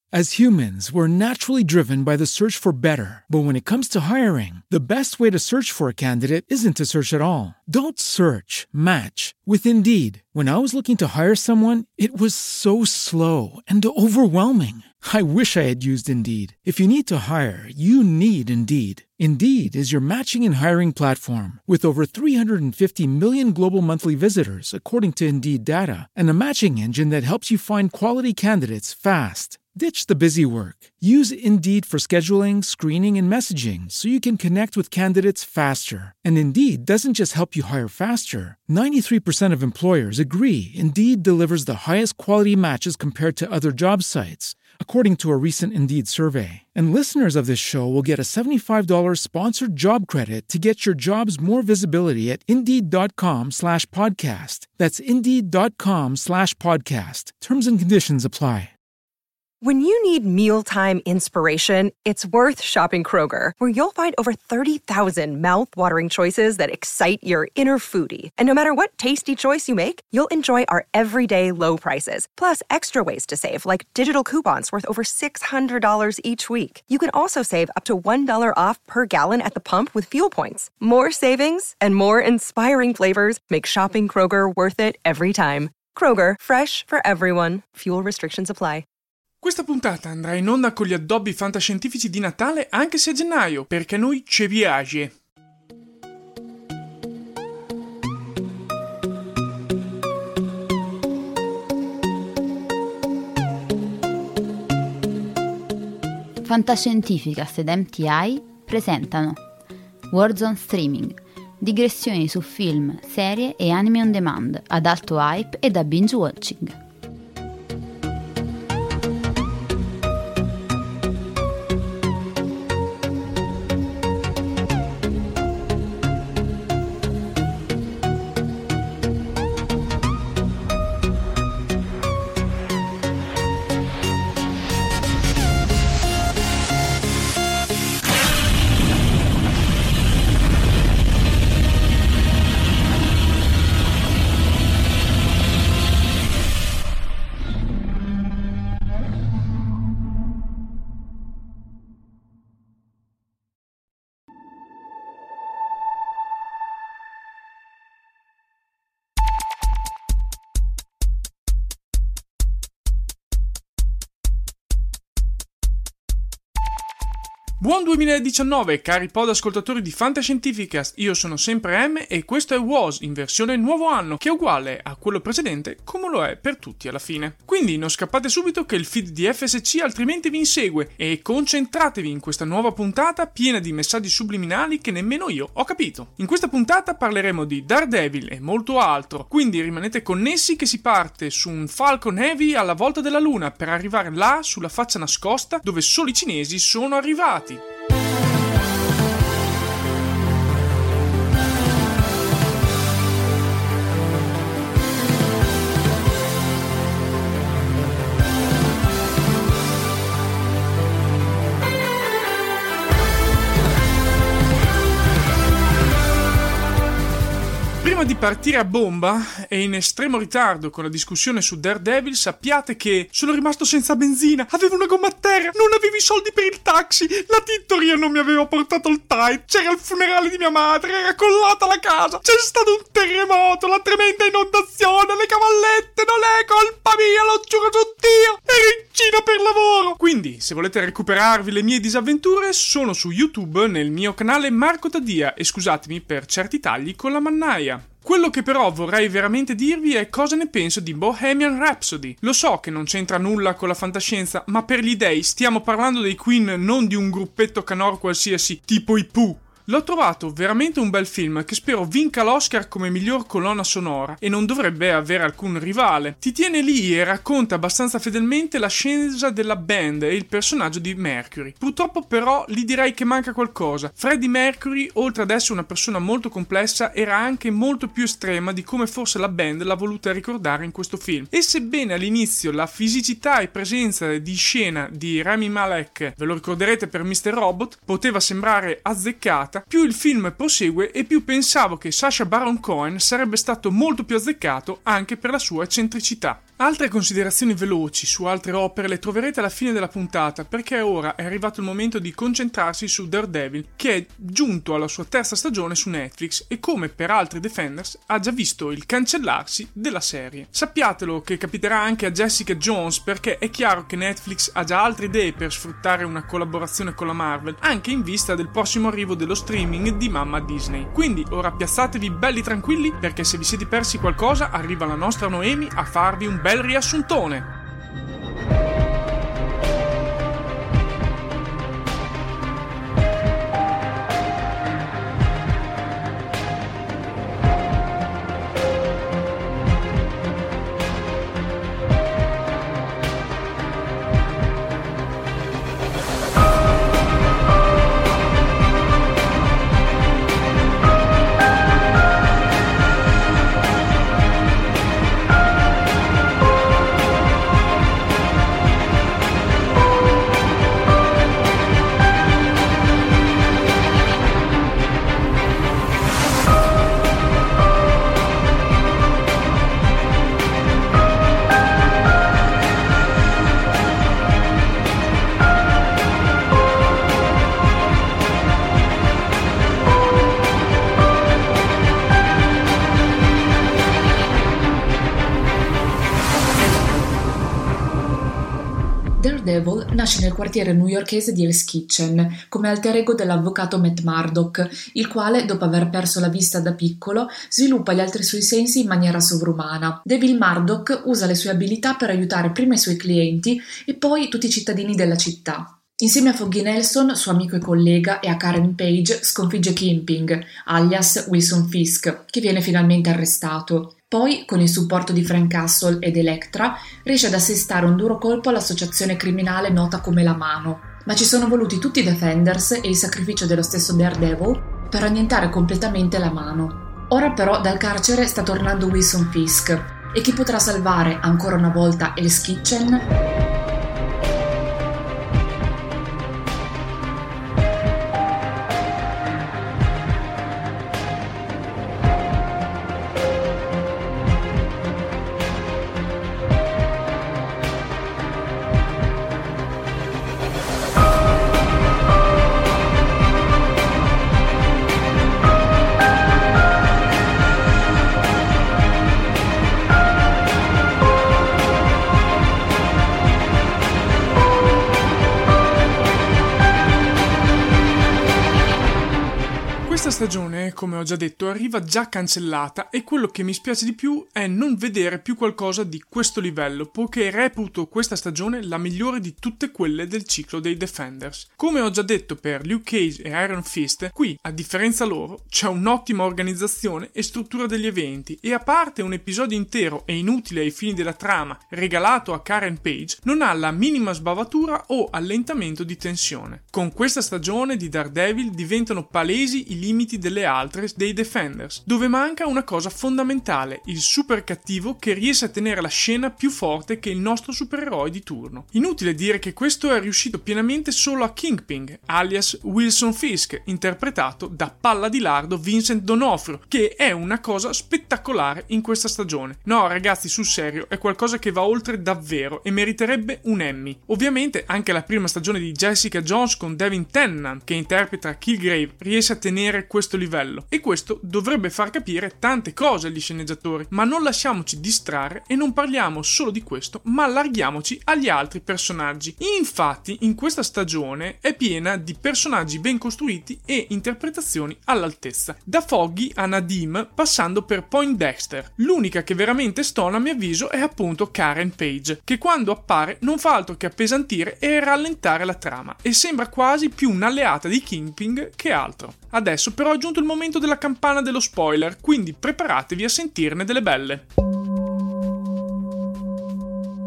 As humans, we're naturally driven by the search for better. But when it comes to hiring, the best way to search for a candidate isn't to search at all. Don't search, match with Indeed. When I was looking to hire someone, it was so slow and overwhelming. I wish I had used Indeed. If you need to hire, you need Indeed. Indeed is your matching and hiring platform with over 350 million global monthly visitors, according to Indeed data, and a matching engine that helps you find quality candidates fast. Ditch the busy work. Use Indeed for scheduling, screening, and messaging so you can connect with candidates faster. And Indeed doesn't just help you hire faster. 93% of employers agree Indeed delivers the highest quality matches compared to other job sites, according to a recent Indeed survey. And listeners of this show will get a $75 sponsored job credit to get your jobs more visibility at Indeed.com/podcast. That's Indeed.com/podcast. Terms and conditions apply. When you need mealtime inspiration, it's worth shopping Kroger, where you'll find over 30,000 mouth-watering choices that excite your inner foodie. And no matter what tasty choice you make, you'll enjoy our everyday low prices, plus extra ways to save, like digital coupons worth over $600 each week. You can also save up to $1 off per gallon at the pump with fuel points. More savings and more inspiring flavors make shopping Kroger worth it every time. Kroger, fresh for everyone. Fuel restrictions apply. Questa puntata andrà in onda con gli addobbi fantascientifici di Natale anche se è gennaio, perché a noi ci piace. Fantascientificast ed MTI presentano Warzone Streaming, digressioni su film, serie e anime on demand ad alto hype e da binge watching. Buon 2019 cari pod ascoltatori di Fantascientificast, io sono sempre M e questo è WOS in versione nuovo anno, che è uguale a quello precedente come lo è per tutti alla fine. Quindi non scappate subito che il feed di FSC altrimenti vi insegue e concentratevi in questa nuova puntata piena di messaggi subliminali che nemmeno io ho capito. In questa puntata parleremo di Daredevil e molto altro, quindi rimanete connessi che si parte su un Falcon Heavy alla volta della luna per arrivare là sulla faccia nascosta dove solo i cinesi sono arrivati. Prima di partire a bomba e in estremo ritardo con la discussione su Daredevil, sappiate che sono rimasto senza benzina, avevo una gomma a terra, non avevo i soldi per il taxi, la tintoria non mi aveva portato il Tide, c'era il funerale di mia madre, era collata la casa, c'è stato un terremoto, la tremenda inondazione, le cavallette, non è colpa mia, lo giuro su Dio, ero in Cina per lavoro. Quindi, se volete recuperarvi le mie disavventure, sono su YouTube nel mio canale Marco Taddia e scusatemi per certi tagli con la mannaia. Quello che però vorrei veramente dirvi è cosa ne penso di Bohemian Rhapsody. Lo so che non c'entra nulla con la fantascienza, ma per gli dei stiamo parlando dei Queen, non di un gruppetto canor qualsiasi, tipo i Pooh. L'ho trovato veramente un bel film che spero vinca l'Oscar come miglior colonna sonora e non dovrebbe avere alcun rivale. Ti tiene lì e racconta abbastanza fedelmente l'ascesa della band e il personaggio di Mercury. Purtroppo però lì direi che manca qualcosa. Freddie Mercury, oltre ad essere una persona molto complessa, era anche molto più estrema di come forse la band l'ha voluta ricordare in questo film. E sebbene all'inizio la fisicità e presenza di scena di Rami Malek, ve lo ricorderete per Mr. Robot, poteva sembrare azzeccata, puntata, più il film prosegue e più pensavo che Sacha Baron Cohen sarebbe stato molto più azzeccato anche per la sua eccentricità. Altre considerazioni veloci su altre opere le troverete alla fine della puntata, perché ora è arrivato il momento di concentrarsi su Daredevil, che è giunto alla sua terza stagione su Netflix e, come per altri Defenders, ha già visto il cancellarsi della serie. Sappiatelo che capiterà anche a Jessica Jones, perché è chiaro che Netflix ha già altre idee per sfruttare una collaborazione con la Marvel, anche in vista del prossimo arrivo dello streaming di mamma Disney. Quindi ora piazzatevi belli tranquilli, perché se vi siete persi qualcosa arriva la nostra Noemi a farvi un bel riassuntone. Daredevil nasce nel quartiere newyorkese di Hell's Kitchen come alter ego dell'avvocato Matt Murdock, il quale, dopo aver perso la vista da piccolo, sviluppa gli altri suoi sensi in maniera sovrumana. Devil Murdock usa le sue abilità per aiutare prima i suoi clienti e poi tutti i cittadini della città. Insieme a Foggy Nelson, suo amico e collega, e a Karen Page sconfigge Kingpin, alias Wilson Fisk, che viene finalmente arrestato. Poi, con il supporto di Frank Castle ed Elektra, riesce ad assestare un duro colpo all'associazione criminale nota come La Mano. Ma ci sono voluti tutti i Defenders e il sacrificio dello stesso Daredevil per annientare completamente La Mano. Ora però dal carcere sta tornando Wilson Fisk, e chi potrà salvare ancora una volta Hell's Kitchen? Questa stagione, come ho già detto, arriva già cancellata e quello che mi spiace di più è non vedere più qualcosa di questo livello, poiché reputo questa stagione la migliore di tutte quelle del ciclo dei Defenders. Come ho già detto per Luke Cage e Iron Fist, qui, a differenza loro, c'è un'ottima organizzazione e struttura degli eventi e, a parte un episodio intero e inutile ai fini della trama regalato a Karen Page, non ha la minima sbavatura o allentamento di tensione. Con questa stagione di Daredevil diventano palesi i limiti delle altre dei Defenders, dove manca una cosa fondamentale: il super cattivo che riesce a tenere la scena più forte che il nostro supereroe di turno. Inutile dire che questo è riuscito pienamente solo a Kingpin, alias Wilson Fisk, interpretato da palla di lardo Vincent D'Onofrio, che è una cosa spettacolare in questa stagione. No ragazzi, sul serio, è qualcosa che va oltre davvero e meriterebbe un Emmy. Ovviamente anche la prima stagione di Jessica Jones con Devin Tennant, che interpreta Killgrave, riesce a tenere questo livello, e questo dovrebbe far capire tante cose agli sceneggiatori. Ma non lasciamoci distrarre e non parliamo solo di questo, ma allarghiamoci agli altri personaggi. Infatti in questa stagione è piena di personaggi ben costruiti e interpretazioni all'altezza, da Foggy a Nadim passando per Poindexter. L'unica che veramente stona, a mio avviso, è appunto Karen Page, che quando appare non fa altro che appesantire e rallentare la trama, e sembra quasi più un'alleata di Kingpin che altro. Adesso però è giunto il momento della campana dello spoiler, quindi preparatevi a sentirne delle belle.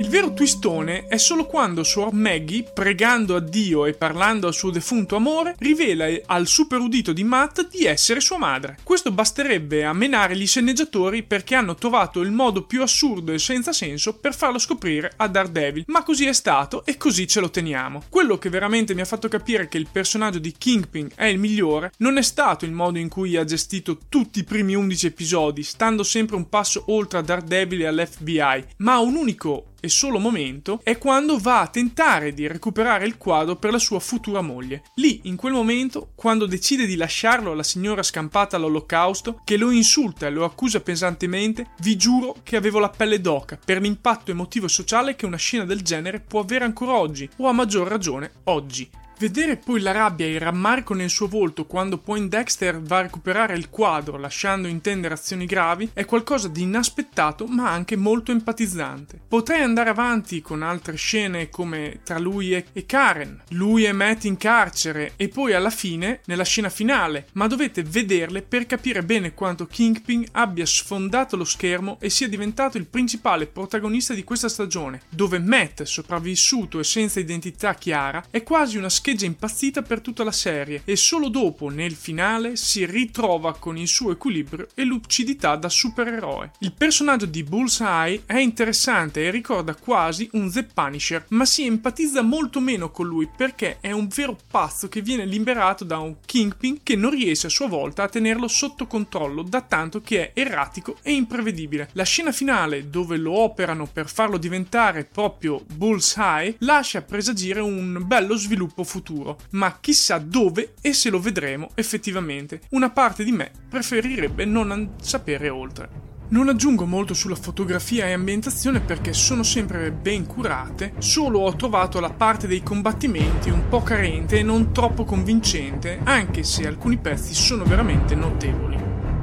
Il vero twistone è solo quando Suor Maggie, pregando a Dio e parlando al suo defunto amore, rivela al super udito di Matt di essere sua madre. Questo basterebbe a menare gli sceneggiatori, perché hanno trovato il modo più assurdo e senza senso per farlo scoprire a Daredevil, ma così è stato e così ce lo teniamo. Quello che veramente mi ha fatto capire che il personaggio di Kingpin è il migliore non è stato il modo in cui ha gestito tutti i primi 11 episodi, stando sempre un passo oltre a Daredevil e all'FBI, ma un unico e solo momento è quando va a tentare di recuperare il quadro per la sua futura moglie. Lì, in quel momento, quando decide di lasciarlo alla signora scampata all'olocausto, che lo insulta e lo accusa pesantemente, vi giuro che avevo la pelle d'oca per l'impatto emotivo e sociale che una scena del genere può avere ancora oggi, o a maggior ragione oggi. Vedere poi la rabbia e il rammarico nel suo volto quando Poindexter va a recuperare il quadro lasciando intendere azioni gravi è qualcosa di inaspettato ma anche molto empatizzante. Potrei andare avanti con altre scene come tra lui e Karen, lui e Matt in carcere e poi alla fine, nella scena finale, ma dovete vederle per capire bene quanto Kingpin abbia sfondato lo schermo e sia diventato il principale protagonista di questa stagione, dove Matt, sopravvissuto e senza identità chiara, è quasi una scheggia impazzita per tutta la serie e solo dopo, nel finale, si ritrova con il suo equilibrio e lucidità da supereroe. Il personaggio di Bullseye è interessante e ricorda quasi un The Punisher, ma si empatizza molto meno con lui perché è un vero pazzo che viene liberato da un Kingpin che non riesce a sua volta a tenerlo sotto controllo da tanto che è erratico e imprevedibile. La scena finale, dove lo operano per farlo diventare proprio Bullseye, lascia presagire un bello sviluppo futuro, ma chissà dove e se lo vedremo effettivamente. Una parte di me preferirebbe non sapere oltre. Non aggiungo molto sulla fotografia e ambientazione perché sono sempre ben curate, solo ho trovato la parte dei combattimenti un po' carente e non troppo convincente, anche se alcuni pezzi sono veramente notevoli.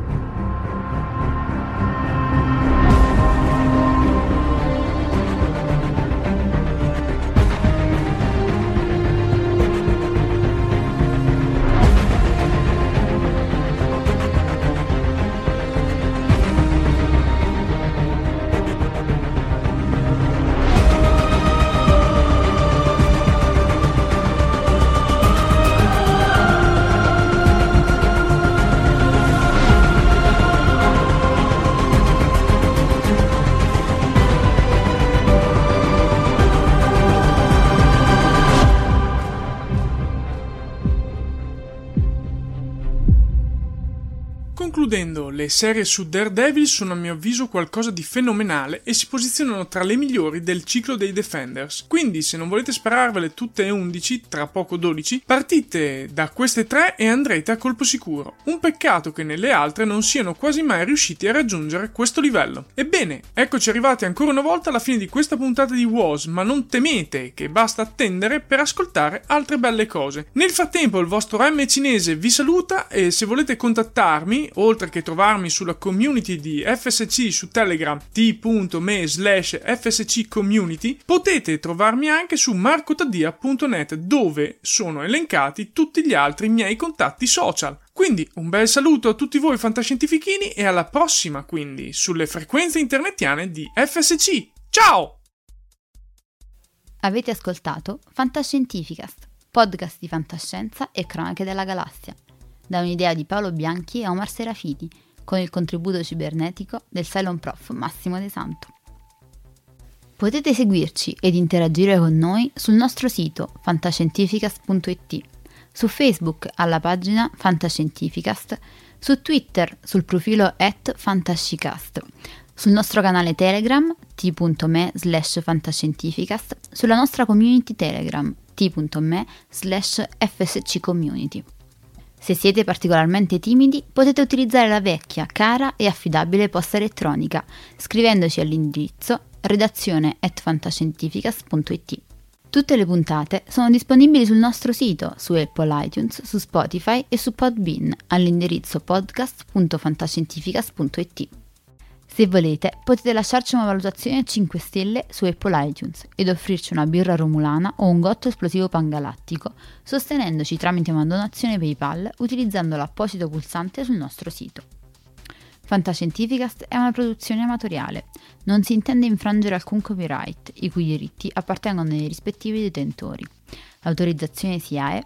Concludendo, le serie su Daredevil sono a mio avviso qualcosa di fenomenale e si posizionano tra le migliori del ciclo dei Defenders. Quindi, se non volete spararvele tutte e 11, tra poco 12, partite da queste 3 e andrete a colpo sicuro. Un peccato che nelle altre non siano quasi mai riusciti a raggiungere questo livello. Ebbene, eccoci arrivati ancora una volta alla fine di questa puntata di WOS, ma non temete che basta attendere per ascoltare altre belle cose. Nel frattempo il vostro M cinese vi saluta e se volete contattarmi, oltre che trovarmi sulla community di FSC su Telegram t.me/FSC community, potete trovarmi anche su marcotaddia.net dove sono elencati tutti gli altri miei contatti social. Quindi un bel saluto a tutti voi fantascientifichini e alla prossima quindi sulle frequenze internetiane di FSC. Ciao! Avete ascoltato Fantascientificast, podcast di fantascienza e cronache della galassia, da un'idea di Paolo Bianchi e Omar Serafiti, con il contributo cibernetico del Cylon Prof Massimo De Santo. Potete seguirci ed interagire con noi sul nostro sito fantascientificast.it, su Facebook alla pagina Fantascientificast, su Twitter sul profilo @fantascicast, sul nostro canale Telegram t.me/fantascientificast, sulla nostra community Telegram t.me/fsccommunity. Se siete particolarmente timidi, potete utilizzare la vecchia, cara e affidabile posta elettronica, scrivendoci all'indirizzo redazione@fantascientificast.it. Tutte le puntate sono disponibili sul nostro sito, su Apple iTunes, su Spotify e su Podbean, all'indirizzo podcast.fantascientificast.it. Se volete, potete lasciarci una valutazione a 5 stelle su Apple iTunes ed offrirci una birra romulana o un gotto esplosivo pangalattico, sostenendoci tramite una donazione PayPal utilizzando l'apposito pulsante sul nostro sito. Fantascientificast è una produzione amatoriale. Non si intende infrangere alcun copyright, i cui diritti appartengono ai rispettivi detentori. L'autorizzazione SIAE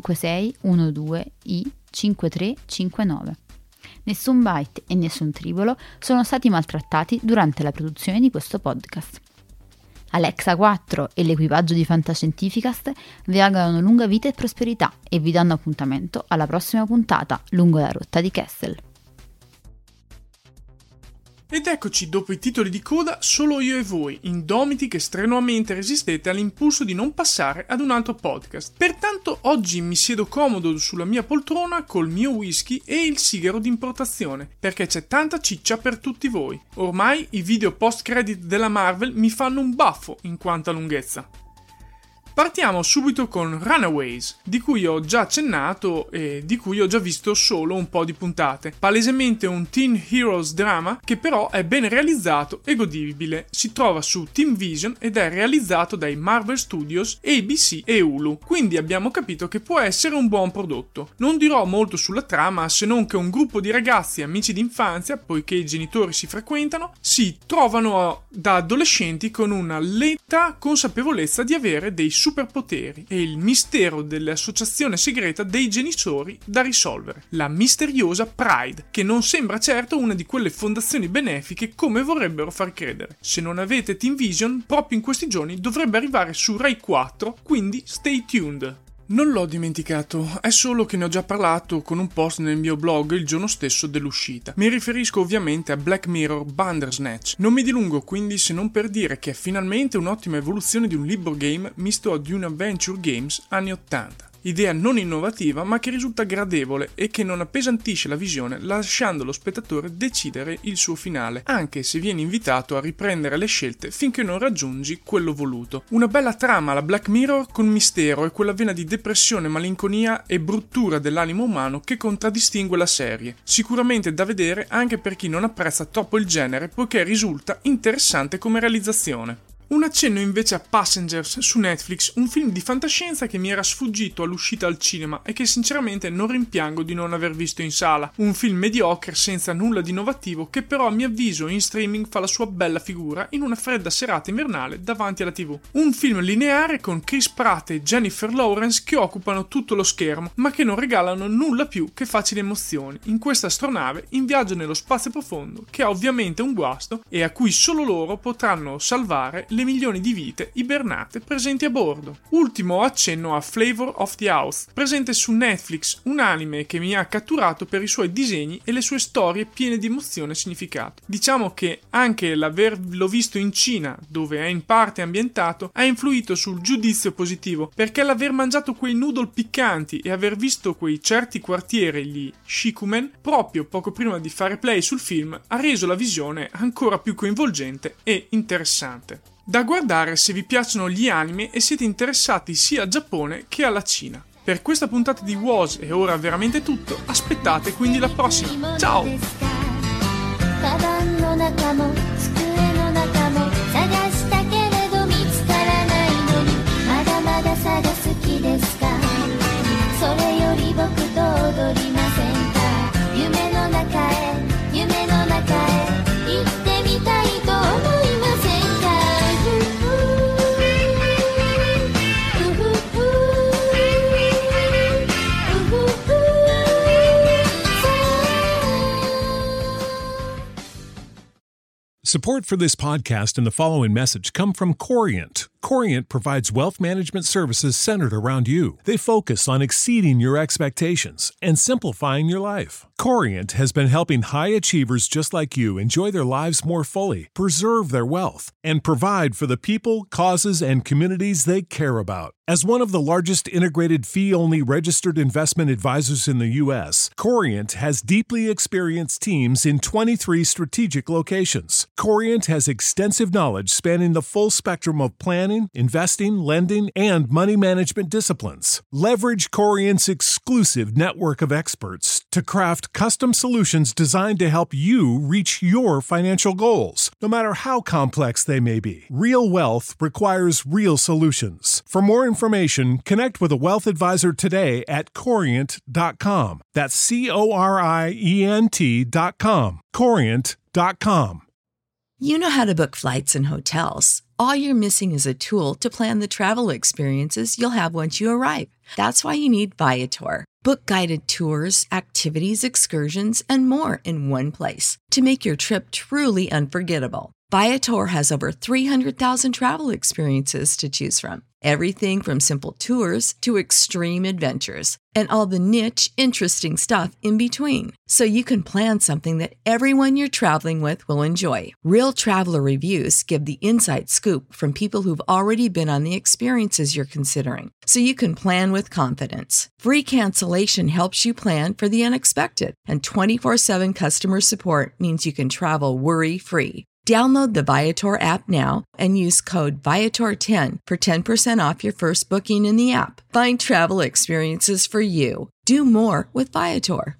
5612I5359. Nessun byte e nessun tribolo sono stati maltrattati durante la produzione di questo podcast. Alexa 4 e l'equipaggio di Fantascientificast vi augurano lunga vita e prosperità e vi danno appuntamento alla prossima puntata lungo la rotta di Kessel. Ed eccoci dopo i titoli di coda solo io e voi, indomiti che strenuamente resistete all'impulso di non passare ad un altro podcast. Pertanto oggi mi siedo comodo sulla mia poltrona col mio whisky e il sigaro d'importazione, perché c'è tanta ciccia per tutti voi. Ormai i video post-credit della Marvel mi fanno un baffo in quanto a lunghezza. Partiamo subito con Runaways, di cui ho già accennato e di cui ho già visto solo un po' di puntate. Palesemente un teen heroes drama che però è ben realizzato e godibile. Si trova su Team Vision ed è realizzato dai Marvel Studios, ABC e Hulu, quindi abbiamo capito che può essere un buon prodotto. Non dirò molto sulla trama, se non che un gruppo di ragazzi amici d'infanzia, poiché i genitori si frequentano, si trovano da adolescenti con una lenta consapevolezza di avere dei superpoteri e il mistero dell'associazione segreta dei genitori da risolvere, la misteriosa Pride, che non sembra certo una di quelle fondazioni benefiche come vorrebbero far credere. Se non avete Team Vision, proprio in questi giorni dovrebbe arrivare su Rai 4, quindi stay tuned. Non l'ho dimenticato, è solo che ne ho già parlato con un post nel mio blog il giorno stesso dell'uscita. Mi riferisco ovviamente a Black Mirror Bandersnatch. Non mi dilungo quindi se non per dire che è finalmente un'ottima evoluzione di un libro game misto ad un adventure games anni 80. Idea non innovativa ma che risulta gradevole e che non appesantisce la visione lasciando lo spettatore decidere il suo finale, anche se viene invitato a riprendere le scelte finché non raggiungi quello voluto. Una bella trama alla Black Mirror con mistero e quella vena di depressione, malinconia e bruttura dell'animo umano che contraddistingue la serie. Sicuramente da vedere anche per chi non apprezza troppo il genere poiché risulta interessante come realizzazione. Un accenno invece a Passengers su Netflix, un film di fantascienza che mi era sfuggito all'uscita al cinema e che sinceramente non rimpiango di non aver visto in sala. Un film mediocre senza nulla di innovativo che però a mio avviso in streaming fa la sua bella figura in una fredda serata invernale davanti alla TV. Un film lineare con Chris Pratt e Jennifer Lawrence che occupano tutto lo schermo ma che non regalano nulla più che facili emozioni in questa astronave in viaggio nello spazio profondo che ha ovviamente un guasto e a cui solo loro potranno salvare le milioni di vite ibernate presenti a bordo. Ultimo accenno a Flavor of the House, presente su Netflix, un anime che mi ha catturato per i suoi disegni e le sue storie piene di emozione e significato. Diciamo che anche l'averlo visto in Cina, dove è in parte ambientato, ha influito sul giudizio positivo, perché l'aver mangiato quei noodle piccanti e aver visto quei certi quartieri, gli shikumen, proprio poco prima di fare play sul film, ha reso la visione ancora più coinvolgente e interessante. Da guardare se vi piacciono gli anime e siete interessati sia al Giappone che alla Cina. Per questa puntata di WOS è ora veramente tutto, aspettate quindi la prossima. Ciao! Support for this podcast and the following message come from Corient. Corient provides wealth management services centered around you. They focus on exceeding your expectations and simplifying your life. Corient has been helping high achievers just like you enjoy their lives more fully, preserve their wealth, and provide for the people, causes, and communities they care about. As one of the largest integrated fee-only registered investment advisors in the U.S., Corient has deeply experienced teams in 23 strategic locations. Corient has extensive knowledge spanning the full spectrum of plan planning, investing, lending, and money management disciplines. Leverage Corient's exclusive network of experts to craft custom solutions designed to help you reach your financial goals, no matter how complex they may be. Real wealth requires real solutions. For more information, connect with a wealth advisor today at Corient.com. That's Corient.com. Corient.com. You know how to book flights and hotels. All you're missing is a tool to plan the travel experiences you'll have once you arrive. That's why you need Viator. Book guided tours, activities, excursions, and more in one place to make your trip truly unforgettable. Viator has over 300,000 travel experiences to choose from. Everything from simple tours to extreme adventures and all the niche, interesting stuff in between. So you can plan something that everyone you're traveling with will enjoy. Real traveler reviews give the inside scoop from people who've already been on the experiences you're considering. So you can plan with confidence. Free cancellation helps you plan for the unexpected. And 24/7 customer support means you can travel worry-free. Download the Viator app now and use code Viator10 for 10% off your first booking in the app. Find travel experiences for you. Do more with Viator.